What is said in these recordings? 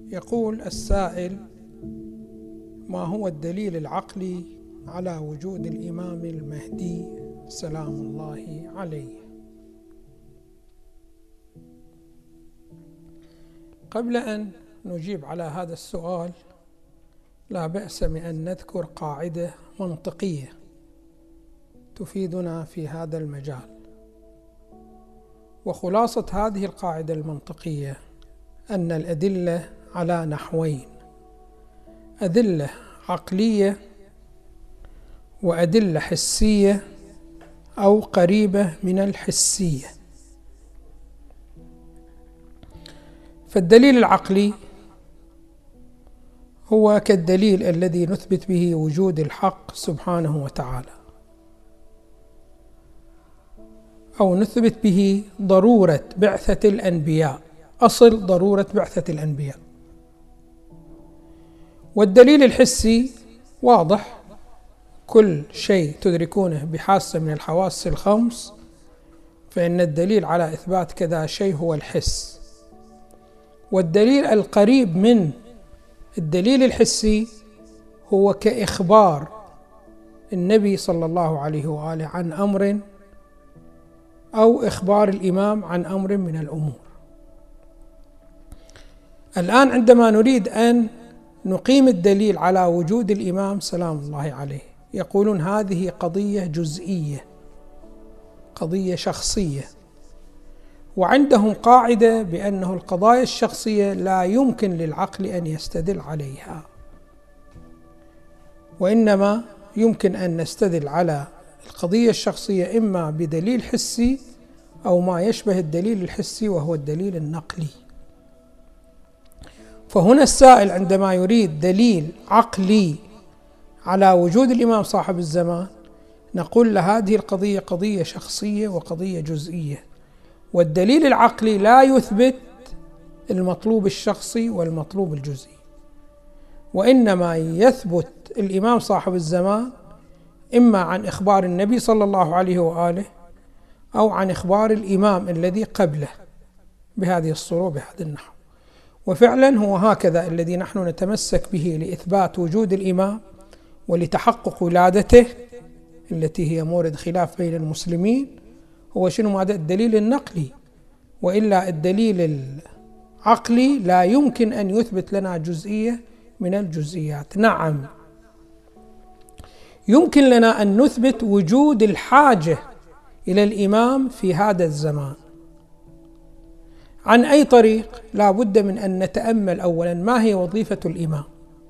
يقول السائل: ما هو الدليل العقلي على وجود الإمام المهدي سلام الله عليه؟ قبل أن نجيب على هذا السؤال لا بأس بأن نذكر قاعدة منطقية تفيدنا في هذا المجال. وخلاصة هذه القاعدة المنطقية أن الأدلة على نحوين: أدلة عقلية وأدلة حسية أو قريبة من الحسية. فالدليل العقلي هو كالدليل الذي نثبت به وجود الحق سبحانه وتعالى، أو نثبت به ضرورة بعثة الأنبياء، أصل ضرورة بعثة الأنبياء. والدليل الحسي واضح، كل شيء تدركونه بحاسة من الحواس الخمس، فإن الدليل على إثبات كذا شيء هو الحس. والدليل القريب من الدليل الحسي هو كإخبار النبي صلى الله عليه وآله عن أمر، أو إخبار الإمام عن أمر من الأمور. الآن عندما نريد أن نقيم الدليل على وجود الإمام سلام الله عليه، يقولون هذه قضية جزئية، قضية شخصية، وعندهم قاعدة بأنه القضايا الشخصية لا يمكن للعقل أن يستدل عليها، وإنما يمكن أن نستدل على القضية الشخصية إما بدليل حسي أو ما يشبه الدليل الحسي وهو الدليل النقلي. فهنا السائل عندما يريد دليل عقلي على وجود الإمام صاحب الزمان، نقول له هذه القضية قضية شخصية وقضية جزئية، والدليل العقلي لا يثبت المطلوب الشخصي والمطلوب الجزئي، وإنما يثبت الإمام صاحب الزمان إما عن إخبار النبي صلى الله عليه وآله أو عن إخبار الإمام الذي قبله بهذه الصورة بهذا النحو. وفعلا هو هكذا الذي نحن نتمسك به لإثبات وجود الإمام ولتحقق ولادته التي هي مورد خلاف بين المسلمين، هو شنو؟ هذا الدليل النقلي، وإلا الدليل العقلي لا يمكن أن يثبت لنا جزئية من الجزئيات. نعم، يمكن لنا أن نثبت وجود الحاجة إلى الإمام في هذا الزمان. عن أي طريق؟ لا بد من أن نتأمل أولا ما هي وظيفة الإمام،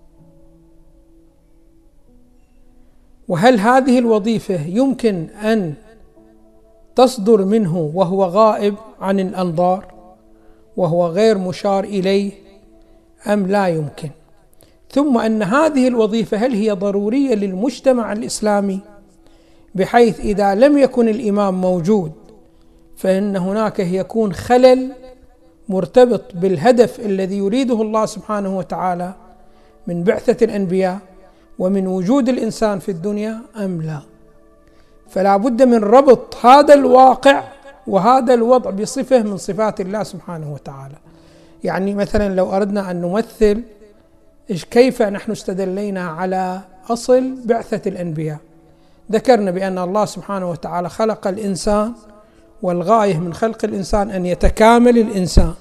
وهل هذه الوظيفة يمكن أن تصدر منه وهو غائب عن الأنظار وهو غير مشار إليه أم لا يمكن؟ ثم أن هذه الوظيفة هل هي ضرورية للمجتمع الإسلامي، بحيث إذا لم يكن الإمام موجود فإن هناك يكون خلل مرتبط بالهدف الذي يريده الله سبحانه وتعالى من بعثة الأنبياء ومن وجود الإنسان في الدنيا أم لا؟ فلا بد من ربط هذا الواقع وهذا الوضع بصفة من صفات الله سبحانه وتعالى. يعني مثلا لو أردنا أن نمثل كيف نحن استدلينا على أصل بعثة الأنبياء، ذكرنا بأن الله سبحانه وتعالى خلق الإنسان، والغاية من خلق الإنسان أن يتكامل الإنسان،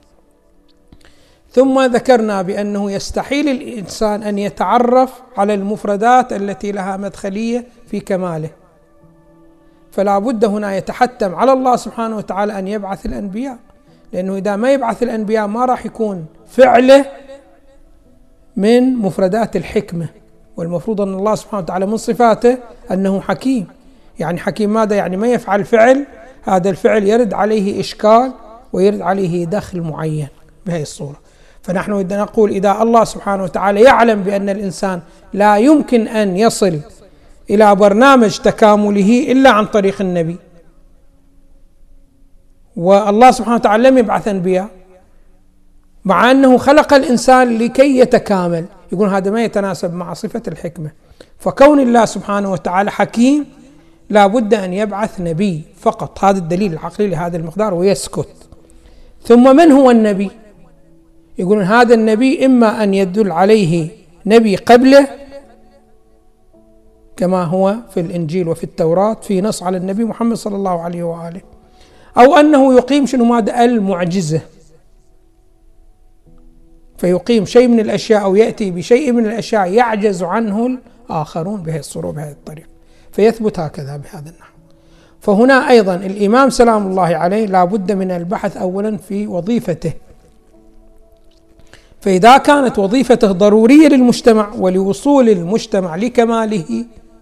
ثم ذكرنا بأنه يستحيل الإنسان أن يتعرف على المفردات التي لها مدخلية في كماله، فلا بد هنا يتحتم على الله سبحانه وتعالى أن يبعث الأنبياء، لأنه إذا ما يبعث الأنبياء ما راح يكون فعله من مفردات الحكمة، والمفروض أن الله سبحانه وتعالى من صفاته أنه حكيم. يعني حكيم ماذا؟ يعني ما يفعل فعل هذا الفعل يرد عليه إشكال ويرد عليه دخل معين بهذه الصورة. فنحن نقول إذا الله سبحانه وتعالى يعلم بأن الإنسان لا يمكن أن يصل إلى برنامج تكامله إلا عن طريق النبي، والله سبحانه وتعالى لم يبعث أنبياء مع أنه خلق الإنسان لكي يتكامل، يقول هذا ما يتناسب مع صفة الحكمة. فكون الله سبحانه وتعالى حكيم لا بد أن يبعث نبي فقط، هذا الدليل العقلي لهذا المقدار، ويسكت. ثم من هو النبي؟ يقولون هذا النبي إما أن يدل عليه نبي قبله كما هو في الإنجيل وفي التوراة في نص على النبي محمد صلى الله عليه وآله، أو أنه يقيم شنو ماذا المعجزة، فيقيم شيء من الأشياء أو يأتي بشيء من الأشياء يعجز عنه الآخرون بهذه الصورة بهذه الطريقة، فيثبت هكذا بهذا النحو. فهنا أيضا الإمام سلام الله عليه لا بد من البحث أولا في وظيفته، فإذا كانت وظيفته ضرورية للمجتمع ولوصول المجتمع لكماله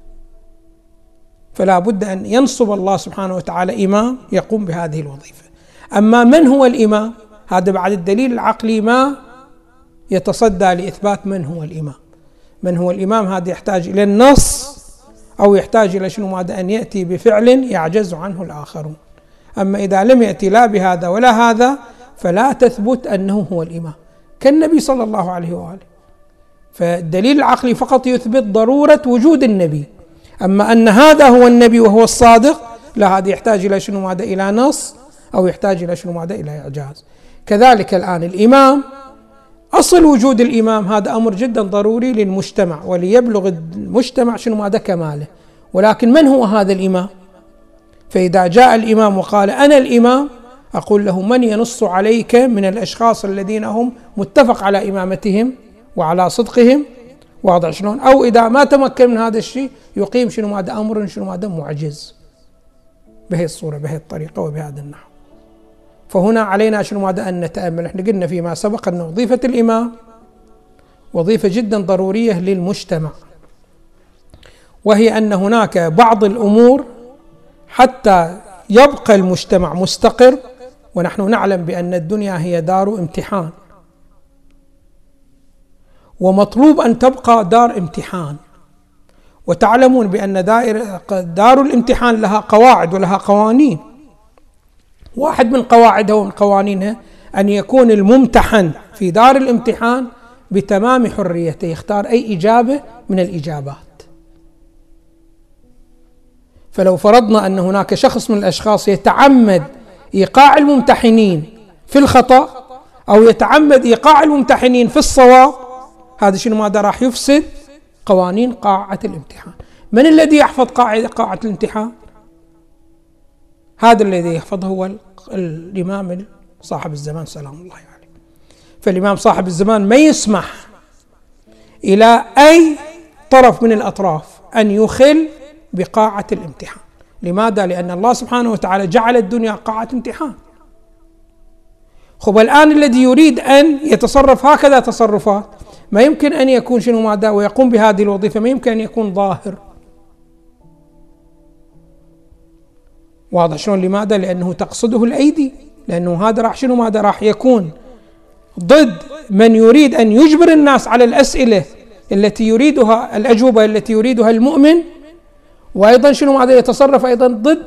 فلا بد أن ينصب الله سبحانه وتعالى إمام يقوم بهذه الوظيفة. أما من هو الإمام؟ هذا بعد الدليل العقلي ما يتصدى لإثبات من هو الإمام. من هو الإمام هذا يحتاج إلى النص أو يحتاج إلى شنو ماذا أن يأتي بفعل يعجز عنه الآخرون. أما إذا لم يأتي لا بهذا ولا هذا فلا تثبت أنه هو الإمام كالنبي صلى الله عليه وآله. فالدليل العقلي فقط يثبت ضرورة وجود النبي، أما أن هذا هو النبي وهو الصادق لا، هذا يحتاج إلى شنو ماذا إلى نص أو يحتاج إلى شنو ماذا إلى إعجاز. كذلك الآن الإمام، أصل وجود الإمام هذا أمر جدا ضروري للمجتمع وليبلغ المجتمع شنو ماذا كماله، ولكن من هو هذا الإمام؟ فإذا جاء الإمام وقال أنا الإمام أقول له من ينص عليك من الأشخاص الذين هم متفق على إمامتهم وعلى صدقهم، واضح شلون؟ أو إذا ما تمكن من هذا الشيء يقيم شنو ماذا أمر شنو ماذا معجز بهذه الصورة بهذه الطريقة وبهذا النحو. فهنا علينا شنو ماذا أن نتأمل. احنا قلنا فيما سبق أن وظيفة الإمام وظيفة جدا ضرورية للمجتمع، وهي أن هناك بعض الأمور حتى يبقى المجتمع مستقر، ونحن نعلم بأن الدنيا هي دار امتحان، ومطلوب أن تبقى دار امتحان، وتعلمون بأن دار الامتحان لها قواعد ولها قوانين. واحد من قواعدها ومن قوانينها أن يكون الممتحن في دار الامتحان بتمام حريته يختار أي إجابة من الإجابات. فلو فرضنا أن هناك شخص من الأشخاص يتعمد إيقاع الممتحنين في الخطأ أو يتعمد إيقاع الممتحنين في الصواب، هذا شنو ماذا راح يفسد قوانين قاعة الامتحان. من الذي يحفظ قاعة الامتحان؟ هذا الذي يحفظه هو الإمام صاحب الزمان سلام الله عليه. فالإمام صاحب الزمان ما يسمح إلى أي طرف من الأطراف أن يخل بقاعة الامتحان. لماذا؟ لأن الله سبحانه وتعالى جعل الدنيا قاعة امتحان. خب الآن الذي يريد أن يتصرف هكذا تصرفات ما يمكن أن يكون شنو ماذا ويقوم بهذه الوظيفة، ما يمكن أن يكون ظاهر. واضح شلون؟ لماذا؟ لأنه تقصده الأيدي، لأنه هذا راح شنو ماذا راح يكون ضد من يريد أن يجبر الناس على الأسئلة التي يريدها، الأجوبة التي يريدها المؤمن، وأيضا شنو ماذا يتصرف أيضا ضد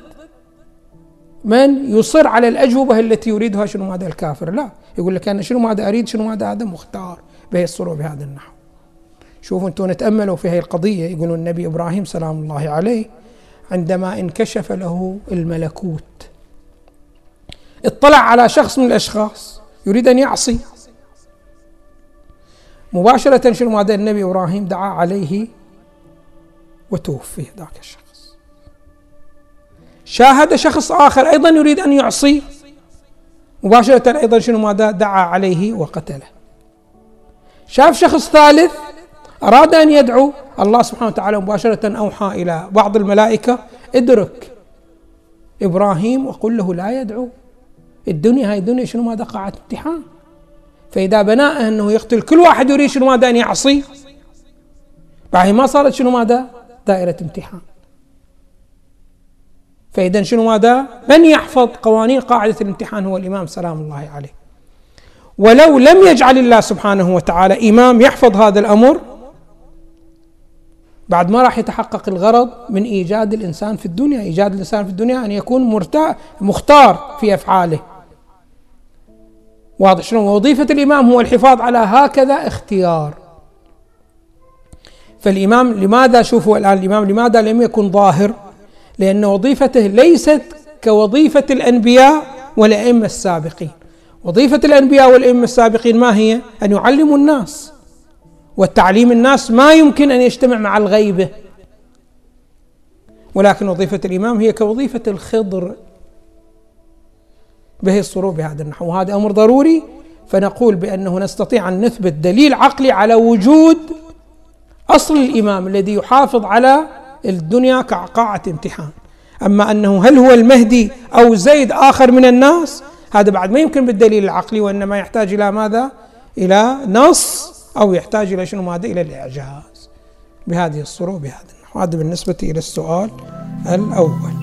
من يصر على الأجوبة التي يريدها شنو ماذا الكافر. لا، يقول لك أنا شنو ماذا أريد شنو ماذا هذا مختار بهذه الصورة بهذا النحو. شوفوا أنتم نتأملوا في هذه القضية. يقولون النبي إبراهيم سلام الله عليه عندما انكشف له الملكوت اطلع على شخص من الأشخاص يريد أن يعصي، مباشرة شنو ماذا النبي إبراهيم دعا عليه وتوفي ذاك الشخص. شاهد شخص آخر أيضا يريد أن يعصي، مباشرة أيضا شنو ماذا دعا عليه وقتله. شاف شخص ثالث أراد أن يدعو، الله سبحانه وتعالى مباشرة أوحى إلى بعض الملائكة ادرك إبراهيم وقل له لا يدعو. الدنيا هاي الدنيا شنو ماذا قاعة امتحان، فإذا بناء أنه يقتل كل واحد يريد شنو ماذا أن يعصي، بعد ما صارت شنو ماذا دائرة امتحان. فإذا شنو ماذا من يحفظ قوانين قاعدة الامتحان هو الإمام سلام الله عليه. ولو لم يجعل الله سبحانه وتعالى إمام يحفظ هذا الأمر، بعد ما راح يتحقق الغرض من إيجاد الإنسان في الدنيا. إيجاد الإنسان في الدنيا أن يكون مختار في أفعاله. واضح شنو؟ وظيفة الإمام هو الحفاظ على هكذا اختيار. فالإمام لماذا شوفوا الآن الإمام لماذا لم يكن ظاهر؟ لأن وظيفته ليست كوظيفة الأنبياء والأئمة السابقين. وظيفة الأنبياء والأئمة السابقين ما هي؟ أن يعلموا الناس، والتعليم الناس ما يمكن أن يجتمع مع الغيبة، ولكن وظيفة الإمام هي كوظيفة الخضر به الصورة بهذا النحو. وهذا أمر ضروري، فنقول بأنه نستطيع أن نثبت دليل عقلي على وجود أصل الإمام الذي يحافظ على الدنيا كقاعة امتحان. أما أنه هل هو المهدي أو زيد آخر من الناس، هذا بعد ما يمكن بالدليل العقلي، وإنما يحتاج إلى ماذا؟ إلى نص، أو يحتاج إلى شنو ماذا؟ إلى الإعجاز بهذه الصورة وبهذا النحو. هذا بالنسبة إلى السؤال الأول.